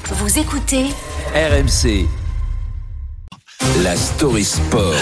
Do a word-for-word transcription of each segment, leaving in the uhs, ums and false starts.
Vous écoutez R M C, la story sport.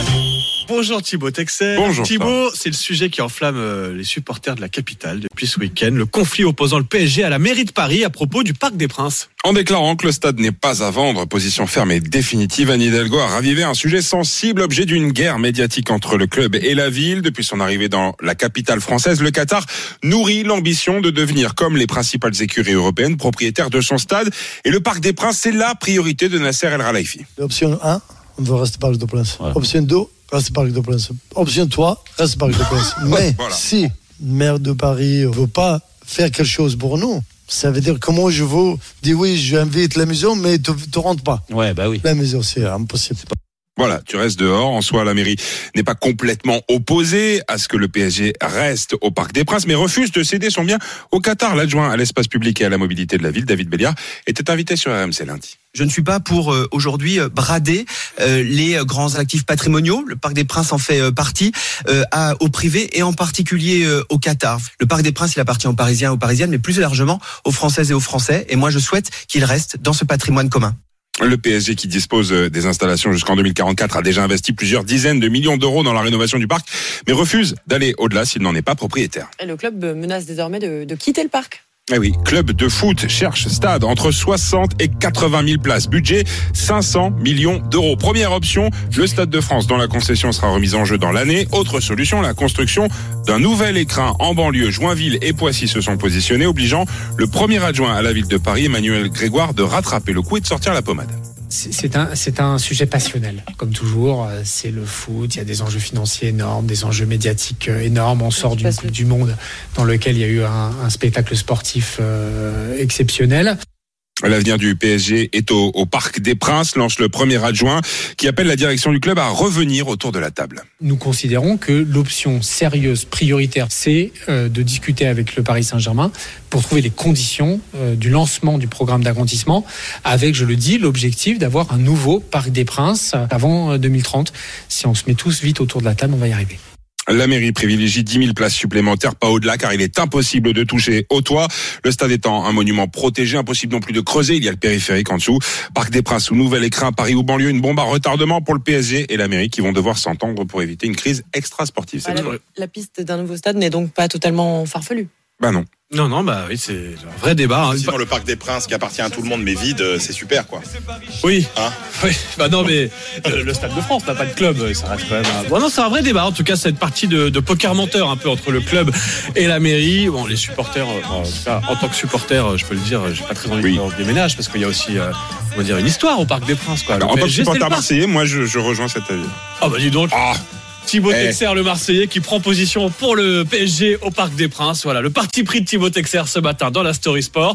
Bonjour Thibaut Texer. Bonjour. Thibaut, c'est le sujet qui enflamme les supporters de la capitale depuis ce week-end. Le conflit opposant le P S G à la mairie de Paris à propos du Parc des Princes. En déclarant que le stade n'est pas à vendre, position ferme et définitive, Anne Hidalgo a ravivé un sujet sensible, objet d'une guerre médiatique entre le club et la ville. Depuis son arrivée dans la capitale française, le Qatar nourrit l'ambition de devenir, comme les principales écuries européennes, propriétaire de son stade. Et le Parc des Princes, c'est la priorité de Nasser El Khelaifi. Option un, on veut rester Parc des Princes. Voilà. Option deux, reste Parc des Princes. Option trois, reste Parc des Princes. Mais voilà. Si le maire de Paris ne veut pas faire quelque chose pour nous, ça veut dire comment je veux dire oui, j'invite la maison, mais tu ne rentres pas. Ouais, bah oui. La maison, c'est impossible. Voilà, tu restes dehors. En soi, la mairie n'est pas complètement opposée à ce que le P S G reste au Parc des Princes, mais refuse de céder son bien au Qatar. L'adjoint à l'espace public et à la mobilité de la ville, David Belliard, était invité sur R M C lundi. Je ne suis pas pour euh, aujourd'hui euh, brader euh, les euh, grands actifs patrimoniaux. Le Parc des Princes en fait euh, partie euh, à, au privé et en particulier euh, au Qatar. Le Parc des Princes, il appartient aux Parisiens et aux Parisiennes, mais plus largement aux Françaises et aux Français. Et moi, je souhaite qu'il reste dans ce patrimoine commun. Le P S G, qui dispose des installations jusqu'en deux mille quarante-quatre, a déjà investi plusieurs dizaines de millions d'euros dans la rénovation du parc, mais refuse d'aller au-delà s'il n'en est pas propriétaire. Et le club menace désormais de, de quitter le parc. Eh oui, club de foot cherche stade entre soixante et quatre-vingt mille places. Budget cinq cents millions d'euros. Première option, le Stade de France, dont la concession sera remise en jeu dans l'année. Autre solution, la construction d'un nouvel écrin en banlieue. Joinville et Poissy se sont positionnés, obligeant le premier adjoint à la ville de Paris, Emmanuel Grégoire, de rattraper le coup et de sortir la pommade. C'est un, c'est un sujet passionnel, comme toujours. C'est le foot, il y a des enjeux financiers énormes, des enjeux médiatiques énormes. On sort d'une Coupe du Monde dans lequel il y a eu un, un spectacle sportif euh, exceptionnel. L'avenir du P S G est au, au Parc des Princes, lance le premier adjoint qui appelle la direction du club à revenir autour de la table. Nous considérons que l'option sérieuse, prioritaire, c'est euh, de discuter avec le Paris Saint-Germain pour trouver les conditions euh, du lancement du programme d'agrandissement avec, je le dis, l'objectif d'avoir un nouveau Parc des Princes avant euh, deux mille trente. Si on se met tous vite autour de la table, on va y arriver. La mairie privilégie dix mille places supplémentaires, pas au-delà, car il est impossible de toucher au toit. Le stade étant un monument protégé, impossible non plus de creuser. Il y a le périphérique en dessous. Parc des Princes ou nouvel écrin, Paris ou banlieue, une bombe à retardement pour le P S G et la mairie qui vont devoir s'entendre pour éviter une crise extra-sportive. Bah, la, la piste d'un nouveau stade n'est donc pas totalement farfelue. Bah non. Non, non, bah oui, c'est un vrai débat. Hein. Sinon, le Parc des Princes qui appartient à tout le monde, mais vide, c'est super, quoi. Oui. Hein oui. Bah non, mais le, le Stade de France n'a pas de club, ça reste quand même. Un... Bon, non, c'est un vrai débat. En tout cas, cette partie de, de poker menteur un peu entre le club et la mairie. Bon, les supporters, en, tout cas, en tant que supporter, je peux le dire, j'ai pas très envie oui. de déménager parce qu'il y a aussi, euh, on va dire, une histoire au Parc des Princes, quoi. Alors, en tant que supporter marseillais, moi, je, je rejoins cet avis. Ah bah dis donc. Ah. Thibaut hey. Texer, le Marseillais, qui prend position pour le P S G au Parc des Princes. Voilà, le parti pris de Thibaut Texer ce matin dans la Story Sport.